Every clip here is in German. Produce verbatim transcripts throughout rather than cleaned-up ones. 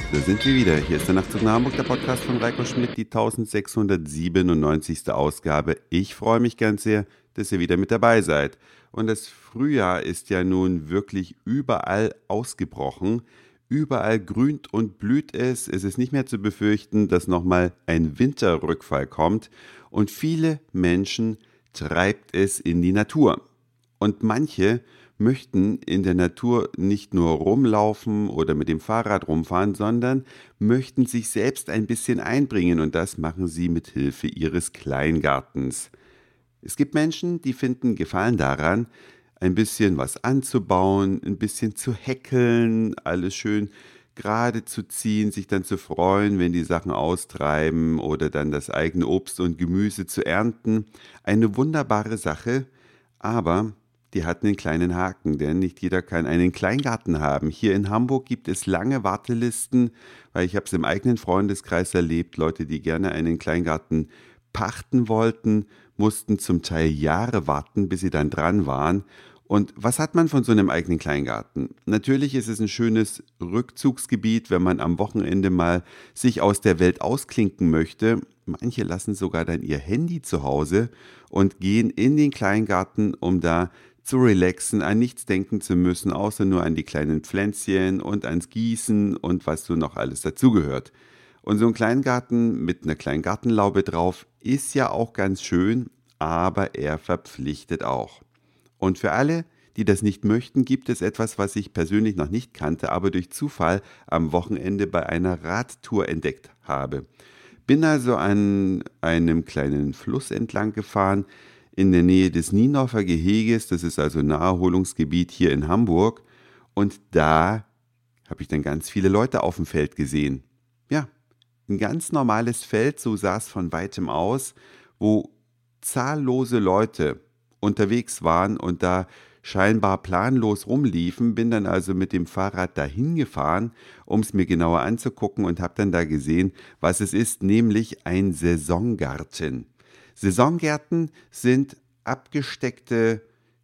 Da sind wir wieder. Hier ist der Nachtzug nach Hamburg, der Podcast von Reiko Schmidt, die eintausendsechshundertsiebenundneunzigste Ausgabe. Ich freue mich ganz sehr, dass ihr wieder mit dabei seid. Und das Frühjahr ist ja nun wirklich überall ausgebrochen. Überall grünt und blüht es. Es ist nicht mehr zu befürchten, dass nochmal ein Winterrückfall kommt. Und viele Menschen treibt es in die Natur. Und manche möchten in der Natur nicht nur rumlaufen oder mit dem Fahrrad rumfahren, sondern möchten sich selbst ein bisschen einbringen, und das machen sie mit Hilfe ihres Kleingartens. Es gibt Menschen, die finden Gefallen daran, ein bisschen was anzubauen, ein bisschen zu häkeln, alles schön gerade zu ziehen, sich dann zu freuen, wenn die Sachen austreiben oder dann das eigene Obst und Gemüse zu ernten. Eine wunderbare Sache, aber die hat einen kleinen Haken, denn nicht jeder kann einen Kleingarten haben. Hier in Hamburg gibt es lange Wartelisten, weil ich habe es im eigenen Freundeskreis erlebt. Leute, die gerne einen Kleingarten pachten wollten, mussten zum Teil Jahre warten, bis sie dann dran waren. Und was hat man von so einem eigenen Kleingarten? Natürlich ist es ein schönes Rückzugsgebiet, wenn man am Wochenende mal sich aus der Welt ausklinken möchte. Manche lassen sogar dann ihr Handy zu Hause und gehen in den Kleingarten, um da zu relaxen, an nichts denken zu müssen, außer nur an die kleinen Pflänzchen und ans Gießen und was so noch alles dazugehört. Und so ein Kleingarten mit einer kleinen Gartenlaube drauf ist ja auch ganz schön, aber er verpflichtet auch. Und für alle, die das nicht möchten, gibt es etwas, was ich persönlich noch nicht kannte, aber durch Zufall am Wochenende bei einer Radtour entdeckt habe. Bin also an einem kleinen Fluss entlang gefahren, in der Nähe des Niendorfer Geheges, das ist also ein Naherholungsgebiet hier in Hamburg, und da habe ich dann ganz viele Leute auf dem Feld gesehen. Ja, ein ganz normales Feld, so sah es von weitem aus, wo zahllose Leute unterwegs waren und da scheinbar planlos rumliefen, bin dann also mit dem Fahrrad dahin gefahren, um es mir genauer anzugucken, und habe dann da gesehen, was es ist, nämlich ein Saisongarten. Saisongärten sind abgesteckte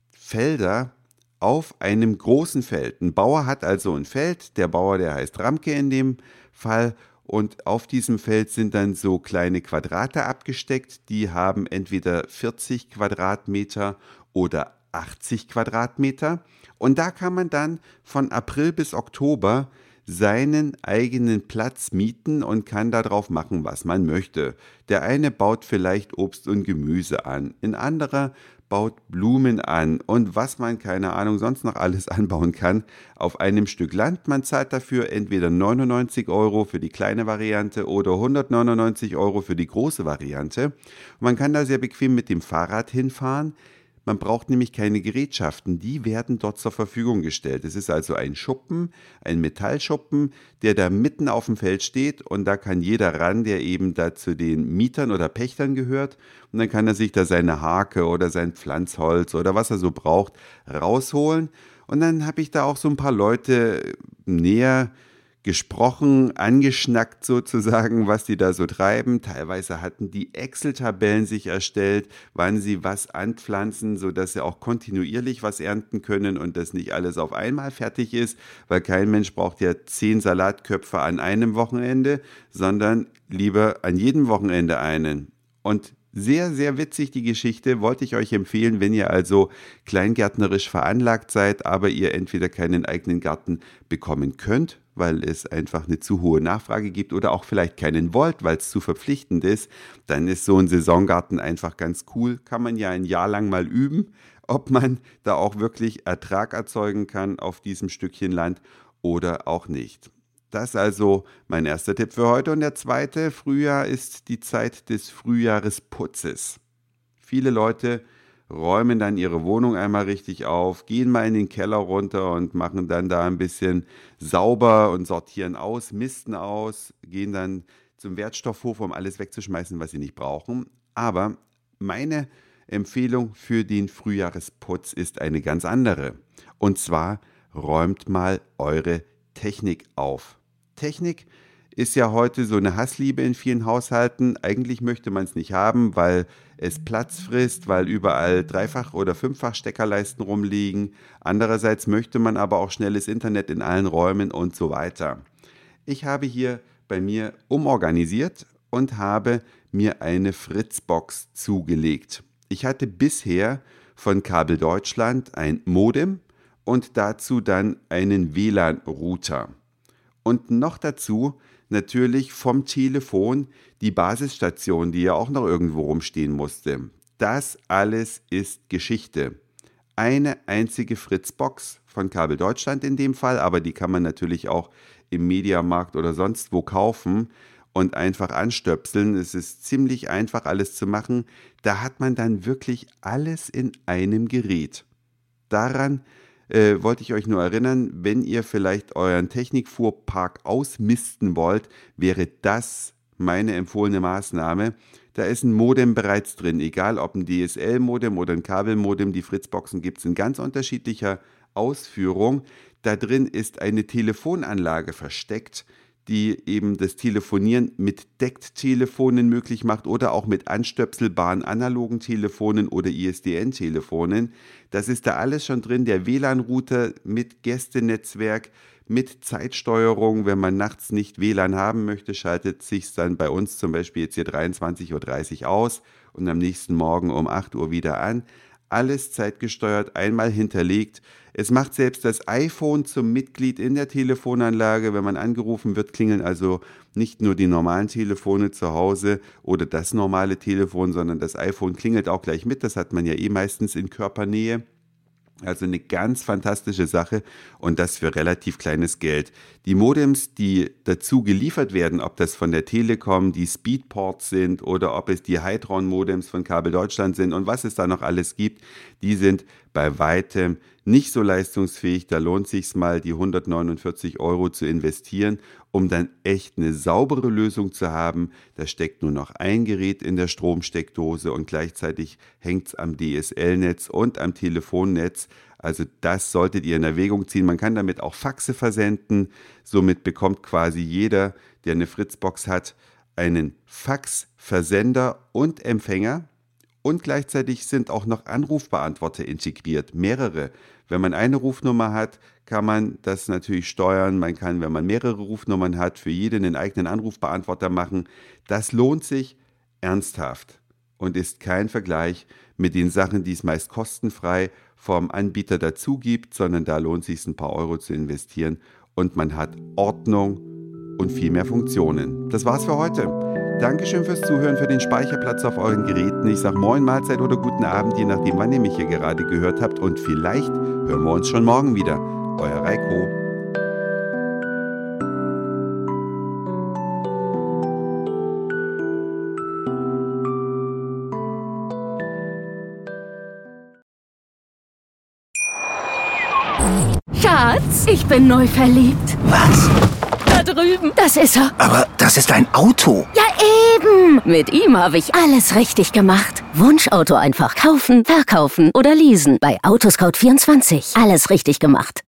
Felder auf einem großen Feld. Ein Bauer hat also ein Feld, der Bauer, der heißt Ramke in dem Fall, und auf diesem Feld sind dann so kleine Quadrate abgesteckt, die haben entweder vierzig Quadratmeter oder achtzig Quadratmeter, und da kann man dann von April bis Oktober seinen eigenen Platz mieten und kann darauf machen, was man möchte. Der eine baut vielleicht Obst und Gemüse an, ein anderer baut Blumen an und was man, keine Ahnung, sonst noch alles anbauen kann auf einem Stück Land. Man zahlt dafür entweder neunundneunzig Euro für die kleine Variante oder hundertneunundneunzig Euro für die große Variante. Und man kann da sehr bequem mit dem Fahrrad hinfahren. Man braucht nämlich keine Gerätschaften, die werden dort zur Verfügung gestellt. Es ist also ein Schuppen, ein Metallschuppen, der da mitten auf dem Feld steht, und da kann jeder ran, der eben da zu den Mietern oder Pächtern gehört, und dann kann er sich da seine Hake oder sein Pflanzholz oder was er so braucht rausholen, und dann habe ich da auch so ein paar Leute näher gesprochen, angeschnackt sozusagen, was die da so treiben. Teilweise hatten die Excel-Tabellen sich erstellt, wann sie was anpflanzen, sodass sie auch kontinuierlich was ernten können und das nicht alles auf einmal fertig ist, weil kein Mensch braucht ja zehn Salatköpfe an einem Wochenende, sondern lieber an jedem Wochenende einen. Und sehr, sehr witzig die Geschichte, wollte ich euch empfehlen, wenn ihr also kleingärtnerisch veranlagt seid, aber ihr entweder keinen eigenen Garten bekommen könnt, weil es einfach eine zu hohe Nachfrage gibt, oder auch vielleicht keinen wollt, weil es zu verpflichtend ist, dann ist so ein Saisongarten einfach ganz cool. Kann man ja ein Jahr lang mal üben, ob man da auch wirklich Ertrag erzeugen kann auf diesem Stückchen Land oder auch nicht. Das ist also mein erster Tipp für heute. Und der zweite: Frühjahr ist die Zeit des Frühjahresputzes. Viele Leute räumen dann ihre Wohnung einmal richtig auf, gehen mal in den Keller runter und machen dann da ein bisschen sauber und sortieren aus, misten aus, gehen dann zum Wertstoffhof, um alles wegzuschmeißen, was sie nicht brauchen. Aber meine Empfehlung für den Frühjahresputz ist eine ganz andere. Und zwar räumt mal eure Technik auf. Technik ist ja heute so eine Hassliebe in vielen Haushalten. Eigentlich möchte man es nicht haben, weil es Platz frisst, weil überall Dreifach- oder Fünffach-Steckerleisten rumliegen. Andererseits möchte man aber auch schnelles Internet in allen Räumen und so weiter. Ich habe hier bei mir umorganisiert und habe mir eine Fritzbox zugelegt. Ich hatte bisher von Kabel Deutschland ein Modem und dazu dann einen W L A N-Router. Und noch dazu natürlich vom Telefon die Basisstation, die ja auch noch irgendwo rumstehen musste. Das alles ist Geschichte. Eine einzige Fritzbox von Kabel Deutschland in dem Fall, aber die kann man natürlich auch im Mediamarkt oder sonst wo kaufen und einfach anstöpseln. Es ist ziemlich einfach alles zu machen. Da hat man dann wirklich alles in einem Gerät. Daran äh, wollte ich euch nur erinnern, wenn ihr vielleicht euren Technikfuhrpark ausmisten wollt, wäre das meine empfohlene Maßnahme. Da ist ein Modem bereits drin, egal ob ein D S L-Modem oder ein Kabelmodem. Die Fritzboxen gibt es in ganz unterschiedlicher Ausführung. Da drin ist eine Telefonanlage versteckt, die eben das Telefonieren mit Deckt-Telefonen möglich macht oder auch mit anstöpselbaren analogen Telefonen oder I S D N-Telefonen. Das ist da alles schon drin, der W L A N-Router mit Gästenetzwerk, mit Zeitsteuerung. Wenn man nachts nicht W L A N haben möchte, schaltet sich dann bei uns zum Beispiel jetzt hier dreiundzwanzig Uhr dreißig aus und am nächsten Morgen um acht Uhr wieder an. Alles zeitgesteuert, einmal hinterlegt. Es macht selbst das iPhone zum Mitglied in der Telefonanlage. Wenn man angerufen wird, klingeln also nicht nur die normalen Telefone zu Hause oder das normale Telefon, sondern das iPhone klingelt auch gleich mit. Das hat man ja eh meistens in Körpernähe. Also eine ganz fantastische Sache und das für relativ kleines Geld. Die Modems, die dazu geliefert werden, ob das von der Telekom die Speedports sind oder ob es die Hytron-Modems von Kabel Deutschland sind und was es da noch alles gibt, die sind bei weitem nicht so leistungsfähig. Da lohnt es sich mal, die hundertneunundvierzig Euro zu investieren, um dann echt eine saubere Lösung zu haben. Da steckt nur noch ein Gerät in der Stromsteckdose und gleichzeitig hängt es am D S L-Netz und am Telefonnetz. Also das solltet ihr in Erwägung ziehen. Man kann damit auch Faxe versenden. Somit bekommt quasi jeder, der eine Fritzbox hat, einen Faxversender und Empfänger. Und gleichzeitig sind auch noch Anrufbeantworter integriert, mehrere. Wenn man eine Rufnummer hat, kann man das natürlich steuern. Man kann, wenn man mehrere Rufnummern hat, für jeden einen eigenen Anrufbeantworter machen. Das lohnt sich ernsthaft und ist kein Vergleich mit den Sachen, die es meist kostenfrei vom Anbieter dazu gibt, sondern da lohnt es sich, ein paar Euro zu investieren und man hat Ordnung und viel mehr Funktionen. Das war's für heute. Dankeschön fürs Zuhören, für den Speicherplatz auf euren Geräten. Ich sage Moin, Mahlzeit oder guten Abend, je nachdem, wann ihr mich hier gerade gehört habt. Und vielleicht hören wir uns schon morgen wieder. Euer Reiko. Schatz, ich bin neu verliebt. Was? Da drüben. Das ist er. Aber das ist ein Auto. Ja, eben. Mit ihm habe ich alles richtig gemacht. Wunschauto einfach kaufen, verkaufen oder leasen. Bei Autoscout vierundzwanzig. Alles richtig gemacht.